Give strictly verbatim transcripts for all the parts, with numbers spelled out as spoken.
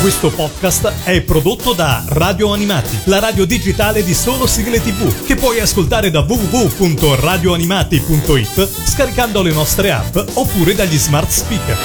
Questo podcast è prodotto da Radio Animati, la radio digitale di solo sigle tivù, che puoi ascoltare da w w w punto radio animati punto i t scaricando le nostre app oppure dagli smart speaker.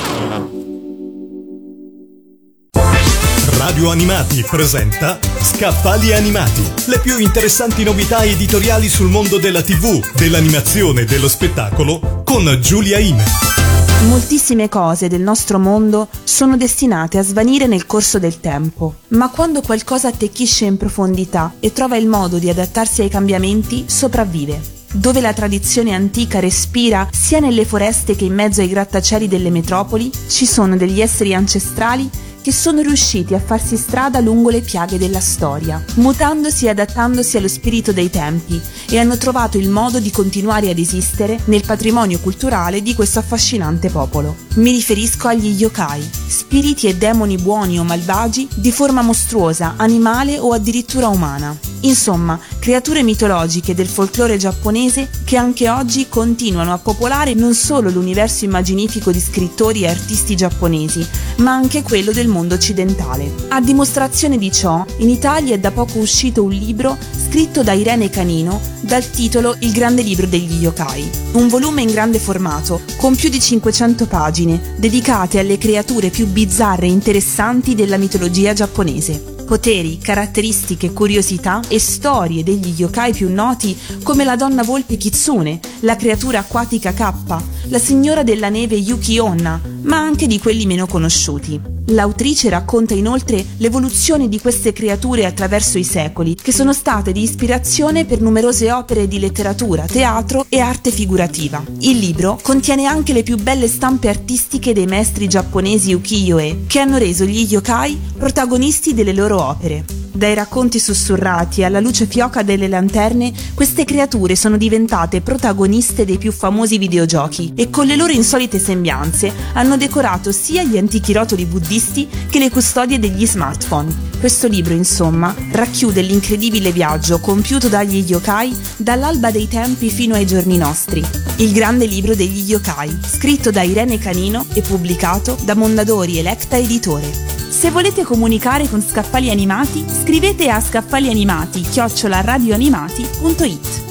Radio Animati presenta Scaffali Animati, le più interessanti novità editoriali sul mondo della tivù, dell'animazione e dello spettacolo con Giulia Ime. Moltissime cose del nostro mondo sono destinate a svanire nel corso del tempo, ma quando qualcosa attecchisce in profondità e trova il modo di adattarsi ai cambiamenti, sopravvive. Dove la tradizione antica respira sia nelle foreste che in mezzo ai grattacieli delle metropoli, ci sono degli esseri ancestrali che sono riusciti a farsi strada lungo le piaghe della storia, mutandosi e adattandosi allo spirito dei tempi, e hanno trovato il modo di continuare ad esistere nel patrimonio culturale di questo affascinante popolo. Mi riferisco agli yokai, spiriti e demoni buoni o malvagi di forma mostruosa, animale o addirittura umana. Insomma, creature mitologiche del folklore giapponese che anche oggi continuano a popolare non solo l'universo immaginifico di scrittori e artisti giapponesi, ma anche quello del mondo occidentale. A dimostrazione di ciò, in Italia è da poco uscito un libro scritto da Irene Canino dal titolo Il grande libro degli yokai, un volume in grande formato con più di cinquecento pagine dedicate alle creature più bizzarre e interessanti della mitologia giapponese. Poteri, caratteristiche, curiosità e storie degli yokai più noti come la donna volpe Kitsune, la creatura acquatica Kappa, la signora della neve Yuki Onna, ma anche di quelli meno conosciuti. L'autrice racconta inoltre l'evoluzione di queste creature attraverso i secoli, che sono state di ispirazione per numerose opere di letteratura, teatro e arte figurativa. Il libro contiene anche le più belle stampe artistiche dei maestri giapponesi ukiyo-e, che hanno reso gli yokai protagonisti delle loro opere. Dai racconti sussurrati alla luce fioca delle lanterne, queste creature sono diventate protagoniste dei più famosi videogiochi e con le loro insolite sembianze hanno decorato sia gli antichi rotoli buddisti che le custodie degli smartphone. Questo libro, insomma, racchiude l'incredibile viaggio compiuto dagli yokai dall'alba dei tempi fino ai giorni nostri. Il grande libro degli yokai, scritto da Irene Canino e pubblicato da Mondadori Electa Editore. Se volete comunicare con Scaffali Animati, scrivete a scaffalianimati chiocciola radioanimati punto i t.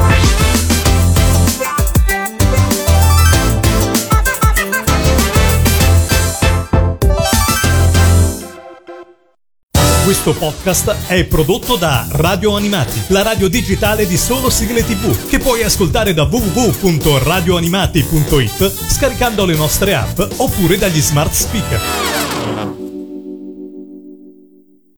Questo podcast è prodotto da Radio Animati, la radio digitale di solo sigle tivù, che puoi ascoltare da w w w punto radio animati punto i t scaricando le nostre app oppure dagli smart speaker.